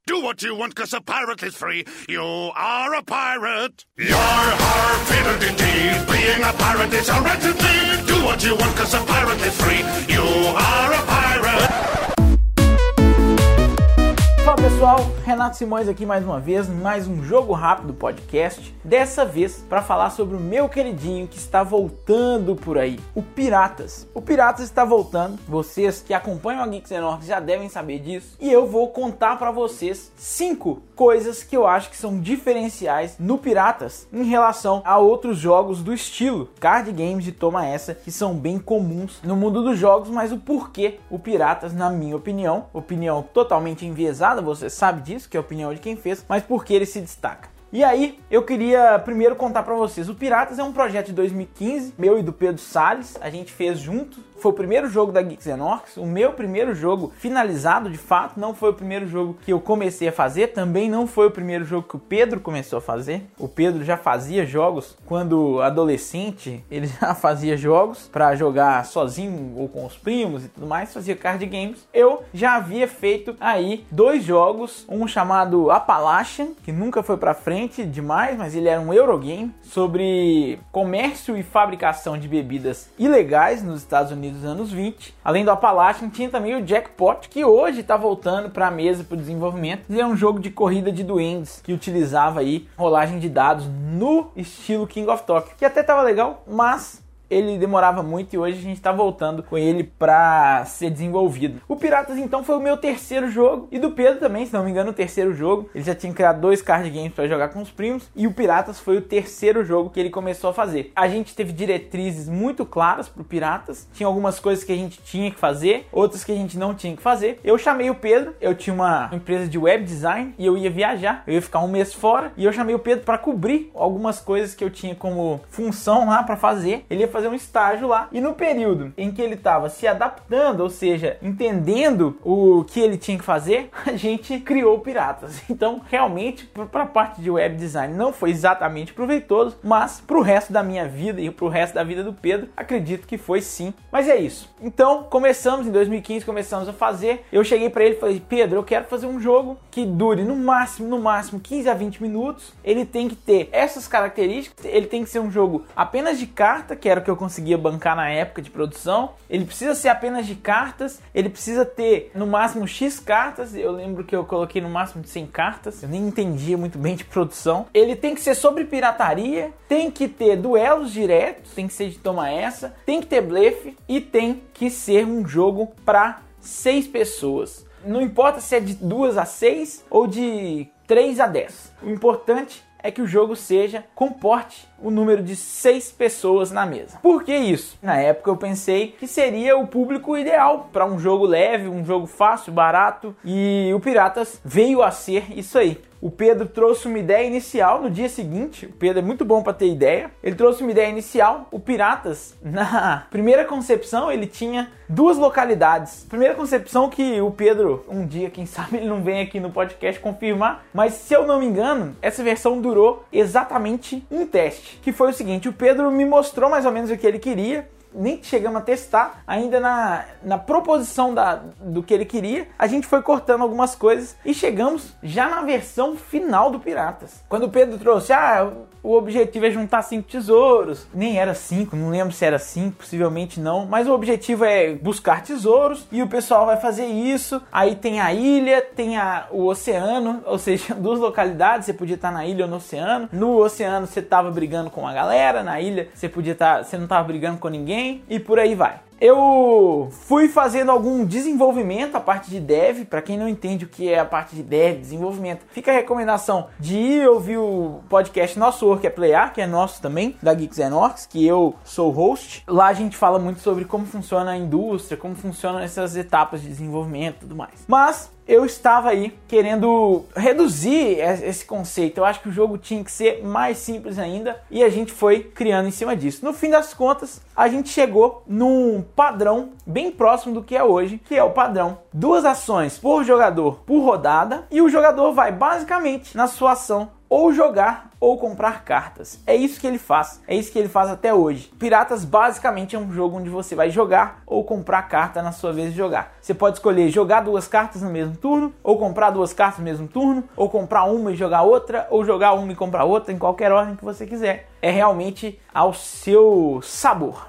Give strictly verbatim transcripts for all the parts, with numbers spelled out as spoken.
Do what you want, cause a pirate is free. You are a pirate. You're har, fiddled indeed. Being a pirate is a wretched deed. Do what you want, cause a pirate is free. You are a pirate. Fala pessoal, Renato Simões aqui mais uma vez, mais um Jogo Rápido podcast, dessa vez para falar sobre o meu queridinho que está voltando por aí, o Piratas. O Piratas está voltando, vocês que acompanham a Geeks and Orcs já devem saber disso, e eu vou contar para vocês cinco coisas que eu acho que são diferenciais no Piratas em relação a outros jogos do estilo, card games de toma essa, que são bem comuns no mundo dos jogos, mas o porquê o Piratas, na minha opinião, opinião totalmente enviesada, você sabe disso, que é a opinião de quem fez, mas por que ele se destaca. E aí, eu queria primeiro contar pra vocês, o Piratas é um projeto de dois mil e quinze, meu e do Pedro Salles, a gente fez junto, foi o primeiro jogo da Geeks and Orcs, o meu primeiro jogo finalizado de fato, não foi o primeiro jogo que eu comecei a fazer, também não foi o primeiro jogo que o Pedro começou a fazer, o Pedro já fazia jogos quando adolescente, ele já fazia jogos pra jogar sozinho ou com os primos e tudo mais, fazia card games. Eu já havia feito aí dois jogos, um chamado Appalachian, que nunca foi pra frente demais, mas ele era um Eurogame sobre comércio e fabricação de bebidas ilegais nos Estados Unidos dos anos vinte. Além do Appalachian, tinha também o Jackpot, que hoje está voltando para a mesa para o desenvolvimento. Ele é um jogo de corrida de duendes que utilizava aí rolagem de dados no estilo King of Tokyo, que até estava legal, mas ele demorava muito e hoje a gente está voltando com ele para ser desenvolvido. O Piratas então foi o meu terceiro jogo e do Pedro também, se não me engano, o terceiro jogo. Ele já tinha criado dois card games para jogar com os primos e o Piratas foi o terceiro jogo que ele começou a fazer. A gente teve diretrizes muito claras para o Piratas, tinha algumas coisas que a gente tinha que fazer, outras que a gente não tinha que fazer. Eu chamei o Pedro, eu tinha uma empresa de web design e eu ia viajar, eu ia ficar um mês fora e eu chamei o Pedro para cobrir algumas coisas que eu tinha como função lá para fazer. Ele ia fazer um estágio lá e no período em que ele estava se adaptando, ou seja, entendendo o que ele tinha que fazer, a gente criou o Piratas. Então, realmente, para a parte de web design não foi exatamente proveitoso, mas para o resto da minha vida e para o resto da vida do Pedro, acredito que foi sim. Mas é isso. Então, começamos em dois mil e quinze, começamos a fazer. Eu cheguei para ele e falei: Pedro, eu quero fazer um jogo que dure no máximo, no máximo quinze a vinte minutos. Ele tem que ter essas características, ele tem que ser um jogo apenas de carta, que era o que eu conseguia bancar na época de produção. Ele precisa ser apenas de cartas, ele precisa ter no máximo X cartas, eu lembro que eu coloquei no máximo de cem cartas, eu nem entendia muito bem de produção. Ele tem que ser sobre pirataria, tem que ter duelos diretos, tem que ser de toma essa, tem que ter blefe e tem que ser um jogo para seis pessoas. Não importa se é de duas a seis ou de três a dez, o importante é que o jogo seja, comporte o número de seis pessoas na mesa. Por que isso? Na época eu pensei que seria o público ideal para um jogo leve, um jogo fácil, barato, e o Piratas veio a ser isso aí. O Pedro trouxe uma ideia inicial no dia seguinte, o Pedro é muito bom para ter ideia, ele trouxe uma ideia inicial, o Piratas, na primeira concepção, ele tinha duas localidades. Primeira concepção que o Pedro, um dia, quem sabe ele não vem aqui no podcast confirmar, mas se eu não me engano, essa versão durou exatamente um teste, que foi o seguinte: o Pedro me mostrou mais ou menos o que ele queria, nem chegamos a testar, ainda na, na proposição da, do que ele queria, a gente foi cortando algumas coisas e chegamos já na versão final do Piratas. Quando o Pedro trouxe, ah, o objetivo é juntar cinco tesouros, nem era cinco, não lembro se era cinco, possivelmente não, mas o objetivo é buscar tesouros e o pessoal vai fazer isso, aí tem a ilha, tem a, o oceano, ou seja, duas localidades, você podia estar na ilha ou no oceano. No oceano você estava brigando com a galera, na ilha você podia estar, você não estava brigando com ninguém, e por aí vai. Eu fui fazendo algum desenvolvimento, a parte de dev. Para quem não entende o que é a parte de dev, desenvolvimento, fica a recomendação de ir ouvir o podcast Nosso Work é Playar, que é nosso também, da Geeks and Orcs, que eu sou host. Lá a gente fala muito sobre como funciona a indústria, como funcionam essas etapas de desenvolvimento e tudo mais. Mas eu estava aí querendo reduzir esse conceito. Eu acho que o jogo tinha que ser mais simples ainda e a gente foi criando em cima disso. No fim das contas, a gente chegou num padrão bem próximo do que é hoje, que é o padrão duas ações por jogador por rodada, e o jogador vai basicamente na sua ação ou jogar ou comprar cartas. É isso que ele faz, é isso que ele faz até hoje. Piratas basicamente é um jogo onde você vai jogar ou comprar carta na sua vez de jogar. Você pode escolher jogar duas cartas no mesmo turno, ou comprar duas cartas no mesmo turno, ou comprar uma e jogar outra, ou jogar uma e comprar outra, em qualquer ordem que você quiser. É realmente ao seu sabor.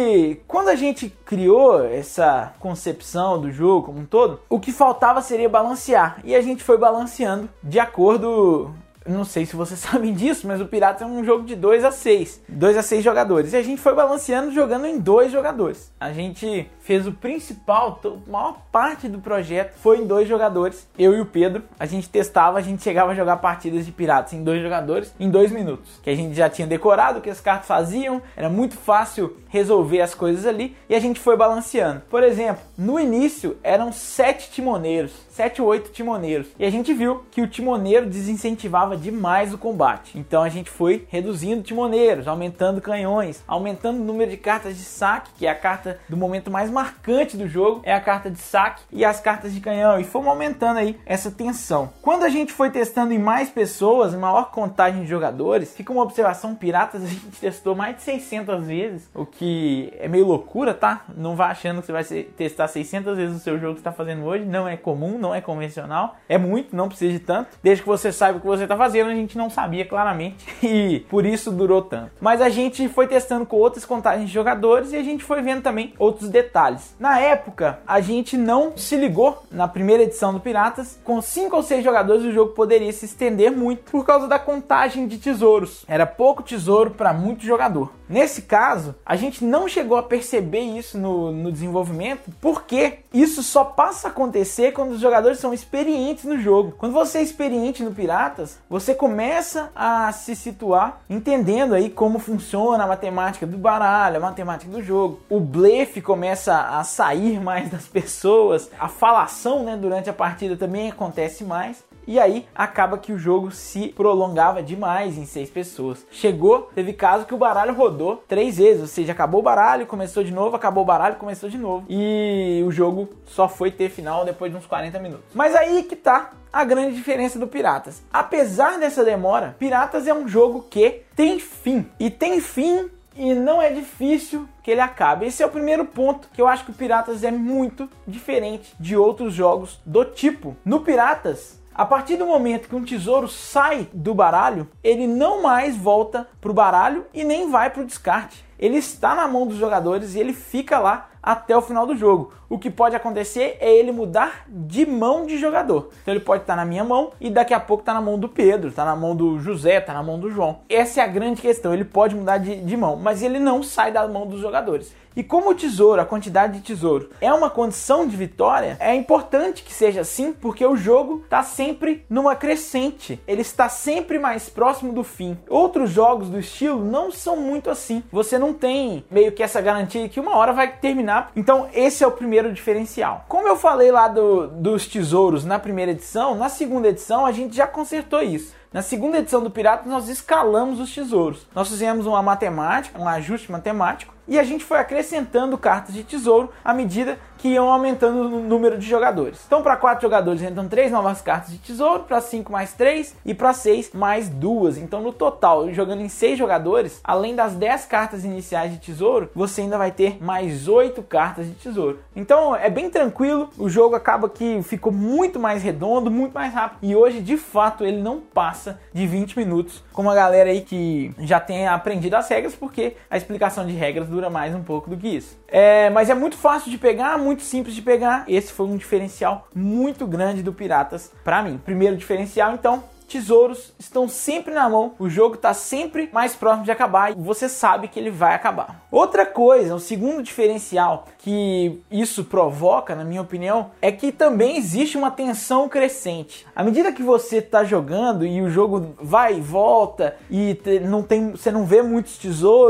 E quando a gente criou essa concepção do jogo como um todo, o que faltava seria balancear. E a gente foi balanceando de acordo... Não sei se vocês sabem disso, mas o Piratas é um jogo de dois a seis. dois a seis jogadores. E a gente foi balanceando jogando em dois jogadores. A gente fez o principal, a maior parte do projeto foi em dois jogadores. Eu e o Pedro. A gente testava, a gente chegava a jogar partidas de Piratas em dois jogadores em dois minutos. Que a gente já tinha decorado o que as cartas faziam. Era muito fácil resolver as coisas ali. E a gente foi balanceando. Por exemplo, no início eram sete timoneiros. sete ou oito timoneiros. E a gente viu que o timoneiro desincentivava demais o combate. Então a gente foi reduzindo timoneiros, aumentando canhões, aumentando o número de cartas de saque, que é a carta do momento mais marcante do jogo, é a carta de saque, e as cartas de canhão, e fomos aumentando aí essa tensão. Quando a gente foi testando em mais pessoas, em maior contagem de jogadores, fica uma observação: Piratas a gente testou mais de seiscentas vezes, o que é meio loucura, tá? Não vá achando que você vai testar seiscentas vezes o seu jogo que você está fazendo hoje, não é comum, não é convencional, é muito, não precisa de tanto, desde que você saiba o que você está fazendo. A gente não sabia claramente e por isso durou tanto. Mas a gente foi testando com outras contagens de jogadores e a gente foi vendo também outros detalhes. Na época, a gente não se ligou na primeira edição do Piratas. Com cinco ou seis jogadores, o jogo poderia se estender muito por causa da contagem de tesouros. Era pouco tesouro para muito jogador. Nesse caso, a gente não chegou a perceber isso no, no desenvolvimento, porque isso só passa a acontecer quando os jogadores são experientes no jogo. Quando você é experiente no Piratas, você começa a se situar entendendo aí como funciona a matemática do baralho, a matemática do jogo. O blefe começa a sair mais das pessoas, a falação, né, durante a partida também acontece mais. E aí acaba que o jogo se prolongava demais em seis pessoas. Chegou, teve caso que o baralho rodou três vezes, ou seja, acabou o baralho, começou de novo, acabou o baralho, começou de novo. E o jogo só foi ter final depois de uns quarenta minutos. Mas aí que tá a grande diferença do Piratas. Apesar dessa demora, Piratas é um jogo que tem fim. E tem fim e não é difícil que ele acabe. Esse é o primeiro ponto que eu acho que o Piratas é muito diferente de outros jogos do tipo. No Piratas, a partir do momento que um tesouro sai do baralho, ele não mais volta para o baralho e nem vai para o descarte. Ele está na mão dos jogadores e ele fica lá até o final do jogo. O que pode acontecer é ele mudar de mão de jogador. Então ele pode estar na minha mão e daqui a pouco está na mão do Pedro, está na mão do José, está na mão do João. Essa é a grande questão, ele pode mudar de, de mão, mas ele não sai da mão dos jogadores. E como o tesouro, a quantidade de tesouro, é uma condição de vitória, é importante que seja assim, porque o jogo está sempre numa crescente. Ele está sempre mais próximo do fim. Outros jogos do estilo não são muito assim. Você não tem meio que essa garantia que uma hora vai terminar. Então esse é o primeiro diferencial. Como eu falei lá do, dos tesouros na primeira edição, na segunda edição a gente já consertou isso. Na segunda edição do Piratas nós escalamos os tesouros. Nós fizemos uma matemática, um ajuste matemático, e a gente foi acrescentando cartas de tesouro à medida que iam aumentando o número de jogadores. Então para quatro jogadores entram três novas cartas de tesouro, para cinco mais três e para seis mais duas. Então no total, jogando em seis jogadores, além das dez cartas iniciais de tesouro, você ainda vai ter mais oito cartas de tesouro. Então é bem tranquilo, o jogo acaba que ficou muito mais redondo, muito mais rápido, e hoje de fato ele não passa de vinte minutos, como a galera aí que já tem aprendido as regras, porque a explicação de regras dura mais um pouco do que isso. É, mas é muito fácil de pegar, muito simples de pegar. Esse foi um diferencial muito grande do Piratas para mim. Primeiro diferencial, então, tesouros estão sempre na mão, o jogo está sempre mais próximo de acabar e você sabe que ele vai acabar. Outra coisa, o segundo diferencial que isso provoca, na minha opinião, é que também existe uma tensão crescente. À medida que você está jogando e o jogo vai e volta e não tem, você não vê muitos tesouros,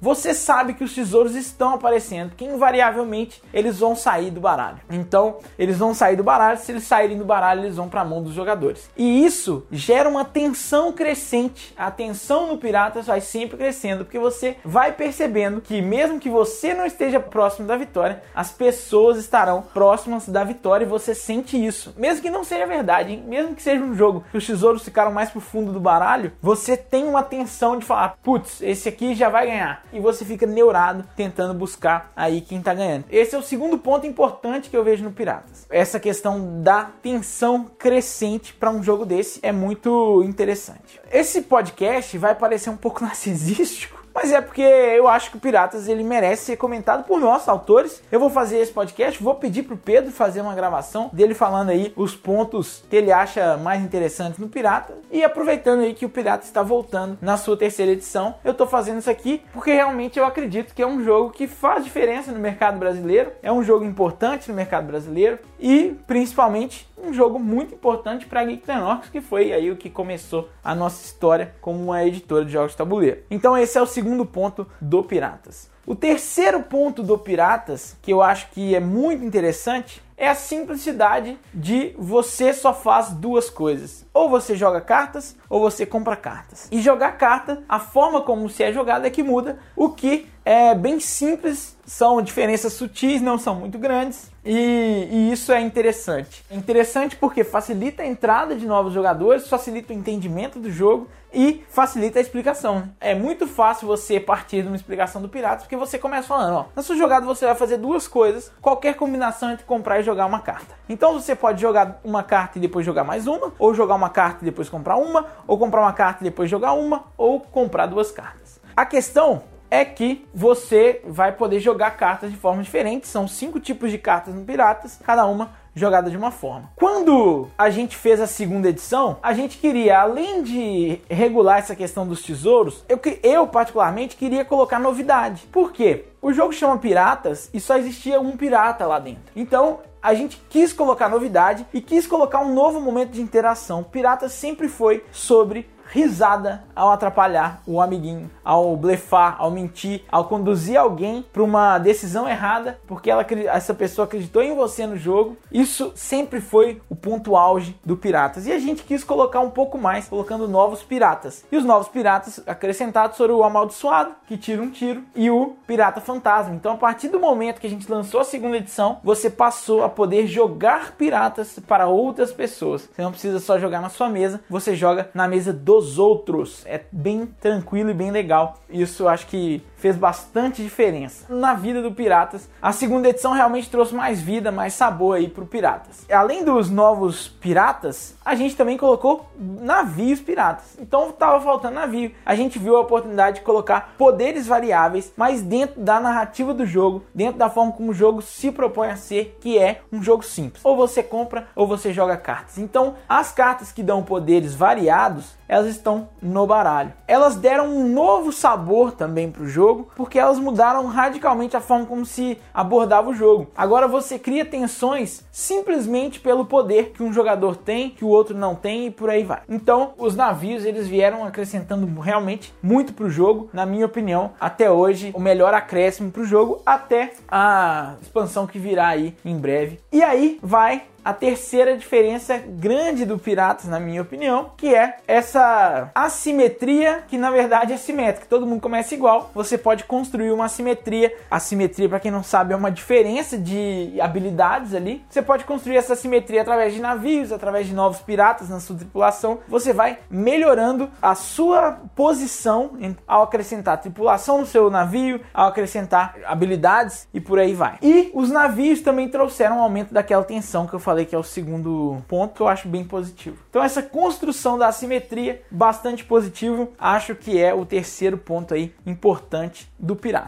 você sabe que os tesouros estão aparecendo, que invariavelmente eles vão sair do baralho. Então, eles vão sair do baralho, se eles saírem do baralho, eles vão para a mão dos jogadores. E isso gera uma tensão crescente. A tensão no Piratas vai sempre crescendo, porque você vai percebendo que mesmo que você não esteja próximo da vitória, as pessoas estarão próximas da vitória e você sente isso. Mesmo que não seja verdade, hein? Mesmo que seja um jogo que os tesouros ficaram mais pro fundo do baralho, você tem uma tensão de falar, putz, esse aqui já vai ganhar. E você fica neurado tentando buscar aí quem tá ganhando. Esse é o segundo ponto importante que eu vejo no Piratas. Essa questão da tensão crescente para um jogo desse é muito interessante. Esse podcast vai parecer um pouco narcisístico, mas é porque eu acho que o Piratas ele merece ser comentado por nós, autores. Eu vou fazer esse podcast, vou pedir pro Pedro fazer uma gravação dele falando aí os pontos que ele acha mais interessantes no Pirata. E aproveitando aí que o Pirata está voltando na sua terceira edição, eu tô fazendo isso aqui porque realmente eu acredito que é um jogo que faz diferença no mercado brasileiro. É um jogo importante no mercado brasileiro e principalmente um jogo muito importante para a Geek Tenorx, que foi aí o que começou a nossa história como uma editora de jogos de tabuleiro. Então esse é o segundo ponto do Piratas. O terceiro ponto do Piratas, que eu acho que é muito interessante, é a simplicidade de você só faz duas coisas. Ou você joga cartas, ou você compra cartas. E jogar carta, a forma como se é jogada é que muda, o que é bem simples, são diferenças sutis, não são muito grandes, e, e isso é interessante. É interessante porque facilita a entrada de novos jogadores, facilita o entendimento do jogo e facilita a explicação. É muito fácil você partir de uma explicação do Piratas, porque você começa falando, ó, na sua jogada você vai fazer duas coisas, qualquer combinação entre comprar e jogar uma carta. Então você pode jogar uma carta e depois jogar mais uma, ou jogar uma carta e depois comprar uma, ou comprar uma carta e depois jogar uma, ou comprar duas cartas. A questão é que você vai poder jogar cartas de forma diferente. São cinco tipos de cartas no Piratas, cada uma jogada de uma forma. Quando a gente fez a segunda edição, a gente queria, além de regular essa questão dos tesouros, eu, eu particularmente queria colocar novidade. Por quê? O jogo chama Piratas e só existia um pirata lá dentro. Então a gente quis colocar novidade e quis colocar um novo momento de interação. Piratas sempre foi sobre risada ao atrapalhar o amiguinho, ao blefar, ao mentir, ao conduzir alguém para uma decisão errada, porque ela, essa pessoa acreditou em você no jogo. Isso sempre foi o ponto auge do Piratas. E a gente quis colocar um pouco mais, colocando novos piratas. E os novos piratas acrescentados foram o Amaldiçoado, que tira um tiro, e o Pirata Fantasma. Então, a partir do momento que a gente lançou a segunda edição, você passou a poder jogar piratas para outras pessoas. Você não precisa só jogar na sua mesa, você joga na mesa dos outros. É bem tranquilo e bem legal. Isso eu acho que fez bastante diferença na vida do Piratas. A segunda edição realmente trouxe mais vida, mais sabor aí pro Piratas. Além dos novos piratas, a gente também colocou navios piratas. Então tava faltando navio. A gente viu a oportunidade de colocar poderes variáveis, mas dentro da narrativa do jogo, dentro da forma como o jogo se propõe a ser, que é um jogo simples. Ou você compra ou você joga cartas. Então as cartas que dão poderes variados, elas estão no baralho. Elas deram um novo sabor também pro jogo, porque elas mudaram radicalmente a forma como se abordava o jogo. Agora você cria tensões simplesmente pelo poder que um jogador tem, que o outro não tem, e por aí vai. Então os navios eles vieram acrescentando realmente muito pro jogo, na minha opinião, até hoje o melhor acréscimo pro jogo, até a expansão que virá aí em breve. E aí vai a terceira diferença grande do Piratas, na minha opinião, que é essa assimetria, que na verdade é simétrica. Todo mundo começa igual, você pode construir uma assimetria. Assimetria, para quem não sabe, é uma diferença de habilidades ali. Você pode construir essa assimetria através de navios, através de novos piratas na sua tripulação. Você vai melhorando a sua posição ao acrescentar tripulação no seu navio, ao acrescentar habilidades e por aí vai. E os navios também trouxeram um aumento daquela tensão que eu falei, falei que é o segundo ponto, que eu acho bem positivo. Então essa construção da assimetria, bastante positivo, acho que é o terceiro ponto aí importante do Piratas.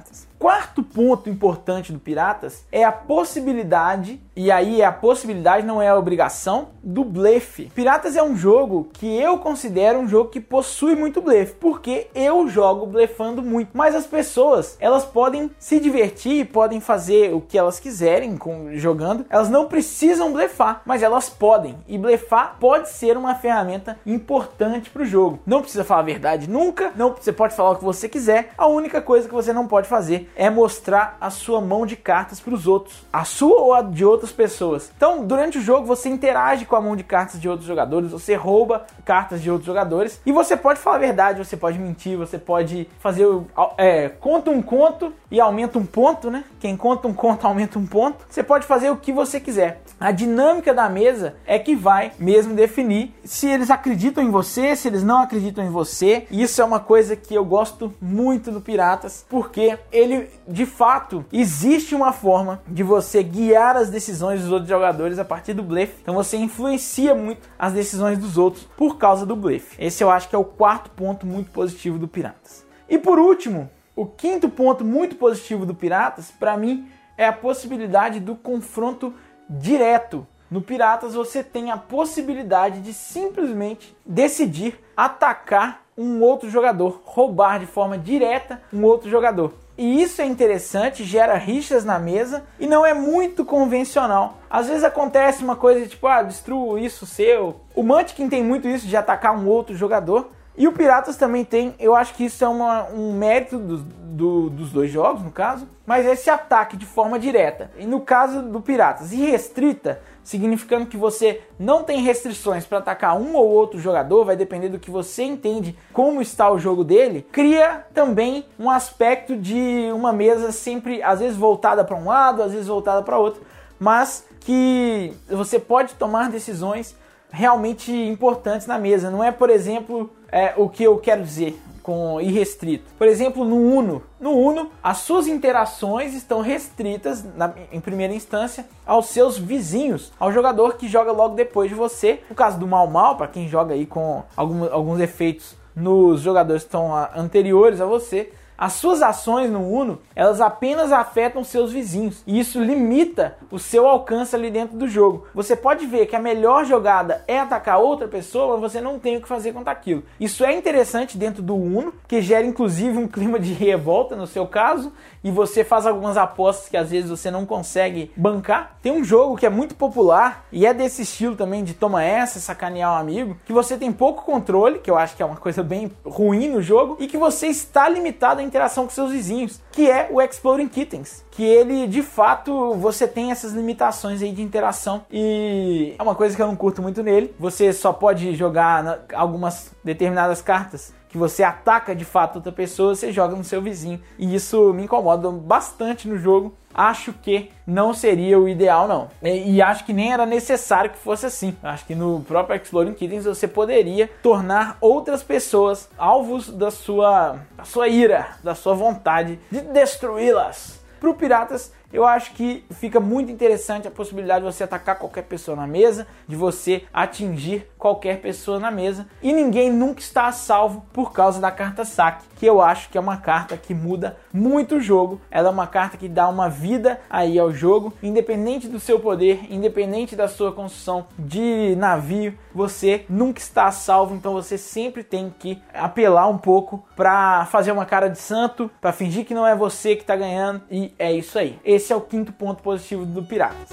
quarto ponto importante do Piratas é a possibilidade, e aí a possibilidade não é a obrigação, do blefe. Piratas é um jogo que eu considero um jogo que possui muito blefe, porque eu jogo blefando muito. Mas as pessoas, elas podem se divertir, podem fazer o que elas quiserem com, jogando, elas não precisam blefar, mas elas podem. E blefar pode ser uma ferramenta importante para o jogo. Não precisa falar a verdade nunca, não, você pode falar o que você quiser, a única coisa que você não pode fazer é mostrar a sua mão de cartas para os outros, a sua ou a de outras pessoas. Então, durante o jogo, você interage com a mão de cartas de outros jogadores, você rouba cartas de outros jogadores, e você pode falar a verdade, você pode mentir, você pode fazer, é, conta um conto e aumenta um ponto, né? Quem conta um conto aumenta um ponto. Você pode fazer o que você quiser. A dinâmica da mesa é que vai mesmo definir se eles acreditam em você, se eles não acreditam em você. Isso é uma coisa que eu gosto muito do Piratas, porque ele, de fato, existe uma forma de você guiar as decisões dos outros jogadores a partir do blefe. Então você influencia muito as decisões dos outros por causa do blefe. Esse eu acho que é o quarto ponto muito positivo do Piratas. E por último, o quinto ponto muito positivo do Piratas, para mim, é a possibilidade do confronto direto. No Piratas você tem a possibilidade de simplesmente decidir atacar um outro jogador, roubar de forma direta um outro jogador. E isso é interessante, gera rixas na mesa e não é muito convencional. Às vezes acontece uma coisa tipo, ah, destruo isso seu. O Munchkin tem muito isso de atacar um outro jogador. E o Piratas também tem, eu acho que isso é uma, um mérito do, do, dos dois jogos, no caso, mas esse ataque de forma direta. E no caso do Piratas, irrestrita, significando que você não tem restrições para atacar um ou outro jogador, vai depender do que você entende como está o jogo dele, cria também um aspecto de uma mesa sempre, às vezes voltada para um lado, às vezes voltada para outro, mas que você pode tomar decisões realmente importantes na mesa. Não é, por exemplo, é, o que eu quero dizer com irrestrito. Por exemplo, no Uno. No Uno, as suas interações estão restritas, na, em primeira instância, aos seus vizinhos, ao jogador que joga logo depois de você. No caso do Mau Mau, para quem joga aí com algum, alguns efeitos nos jogadores que estão a, anteriores a você, as suas ações no Uno, elas apenas afetam seus vizinhos. E isso limita o seu alcance ali dentro do jogo. Você pode ver que a melhor jogada é atacar outra pessoa, mas você não tem o que fazer contra aquilo. Isso é interessante dentro do Uno, que gera inclusive um clima de revolta no seu caso, e você faz algumas apostas que às vezes você não consegue bancar. Tem um jogo que é muito popular, e é desse estilo também, de toma essa, sacanear um amigo, que você tem pouco controle, que eu acho que é uma coisa bem ruim no jogo, e que você está limitado a interação com seus vizinhos, que é o Exploding Kittens, que ele, de fato, você tem essas limitações aí de interação, e é uma coisa que eu não curto muito nele. Você só pode jogar algumas determinadas cartas que você ataca de fato outra pessoa, você joga no seu vizinho, e isso me incomoda bastante no jogo. Acho que não seria o ideal, não. E, e acho que nem era necessário que fosse assim. Acho que no próprio Exploding Kittens você poderia tornar outras pessoas alvos da sua, da sua ira, da sua vontade de destruí-las. Para o Piratas, eu acho que fica muito interessante a possibilidade de você atacar qualquer pessoa na mesa, de você atingir qualquer pessoa na mesa, e ninguém nunca está a salvo por causa da carta saque, que eu acho que é uma carta que muda muito o jogo. Ela é uma carta que dá uma vida aí ao jogo, independente do seu poder, independente da sua construção de navio, você nunca está a salvo, então você sempre tem que apelar um pouco para fazer uma cara de santo, para fingir que não é você que está ganhando, e é isso aí. Esse é o quinto ponto positivo do Piratas.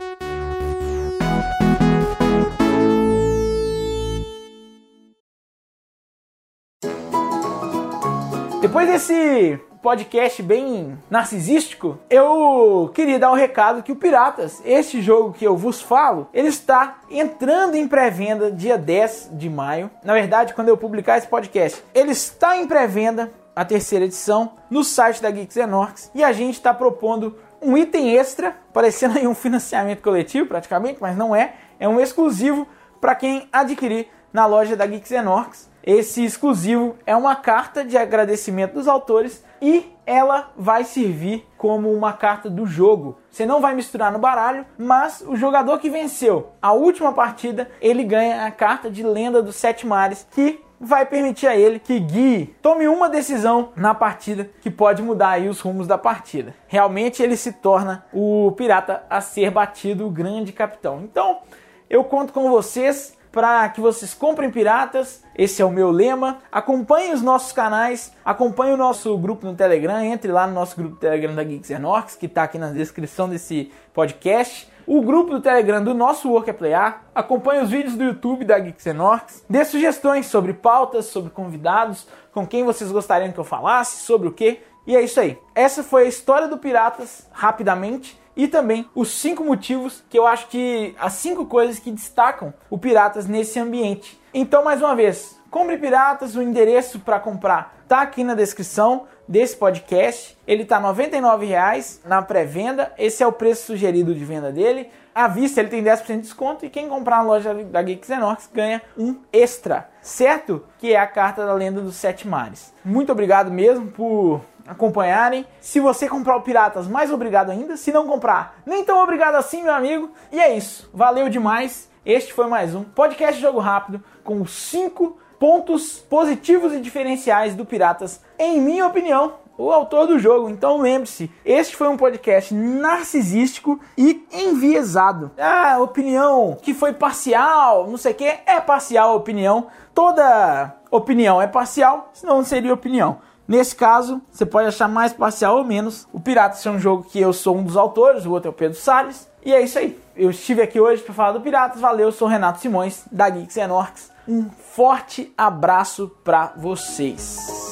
Depois desse podcast bem narcisístico, eu queria dar um recado que o Piratas, este jogo que eu vos falo, ele está entrando em pré-venda dia dez de maio. Na verdade, quando eu publicar esse podcast, ele está em pré-venda, a terceira edição, no site da Geeks and Orcs, e a gente está propondo um item extra, parecendo aí um financiamento coletivo praticamente, mas não é, é um exclusivo para quem adquirir na loja da Geeks and Orcs. Esse exclusivo é uma carta de agradecimento dos autores e ela vai servir como uma carta do jogo. Você não vai misturar no baralho, mas o jogador que venceu a última partida, ele ganha a carta de Lenda dos Sete Mares, que vai permitir a ele que guie, tome uma decisão na partida que pode mudar aí os rumos da partida. Realmente ele se torna o pirata a ser batido, o grande capitão. Então, eu conto com vocês para que vocês comprem piratas, esse é o meu lema. Acompanhe os nossos canais, acompanhe o nosso grupo no Telegram, entre lá no nosso grupo do Telegram da Geeks and Orcs, que está aqui na descrição desse podcast. O grupo do Telegram do nosso Work é Playar, acompanhe os vídeos do YouTube da Geeks and Orcs, dê sugestões sobre pautas, sobre convidados, com quem vocês gostariam que eu falasse, sobre o quê. E é isso aí. Essa foi a história do Piratas, rapidamente. E também os cinco motivos que eu acho que... as cinco coisas que destacam o Piratas nesse ambiente. Então, mais uma vez, compre Piratas, o endereço para comprar tá aqui na descrição desse podcast. Ele tá noventa e nove reais na pré-venda, esse é o preço sugerido de venda dele. À vista ele tem dez por cento de desconto e quem comprar na loja da Geeks and Orcs ganha um extra, certo? Que é a carta da Lenda dos Sete Mares. Muito obrigado mesmo por acompanharem. Se você comprar o Piratas, mais obrigado ainda. Se não comprar, nem tão obrigado assim, meu amigo. E é isso, valeu demais. Este foi mais um podcast Jogo Rápido com os cinco pontos positivos e diferenciais do Piratas, em minha opinião, o autor do jogo. Então lembre-se, este foi um podcast narcisístico e enviesado. A opinião que foi parcial, não sei o que, é parcial a opinião. Toda opinião é parcial, senão não seria opinião. Nesse caso, você pode achar mais parcial ou menos. O Piratas é um jogo que eu sou um dos autores, o outro é o Pedro Salles. E é isso aí. Eu estive aqui hoje para falar do Piratas. Valeu, eu sou o Renato Simões, da Geeks and Orcs. Um forte abraço para vocês.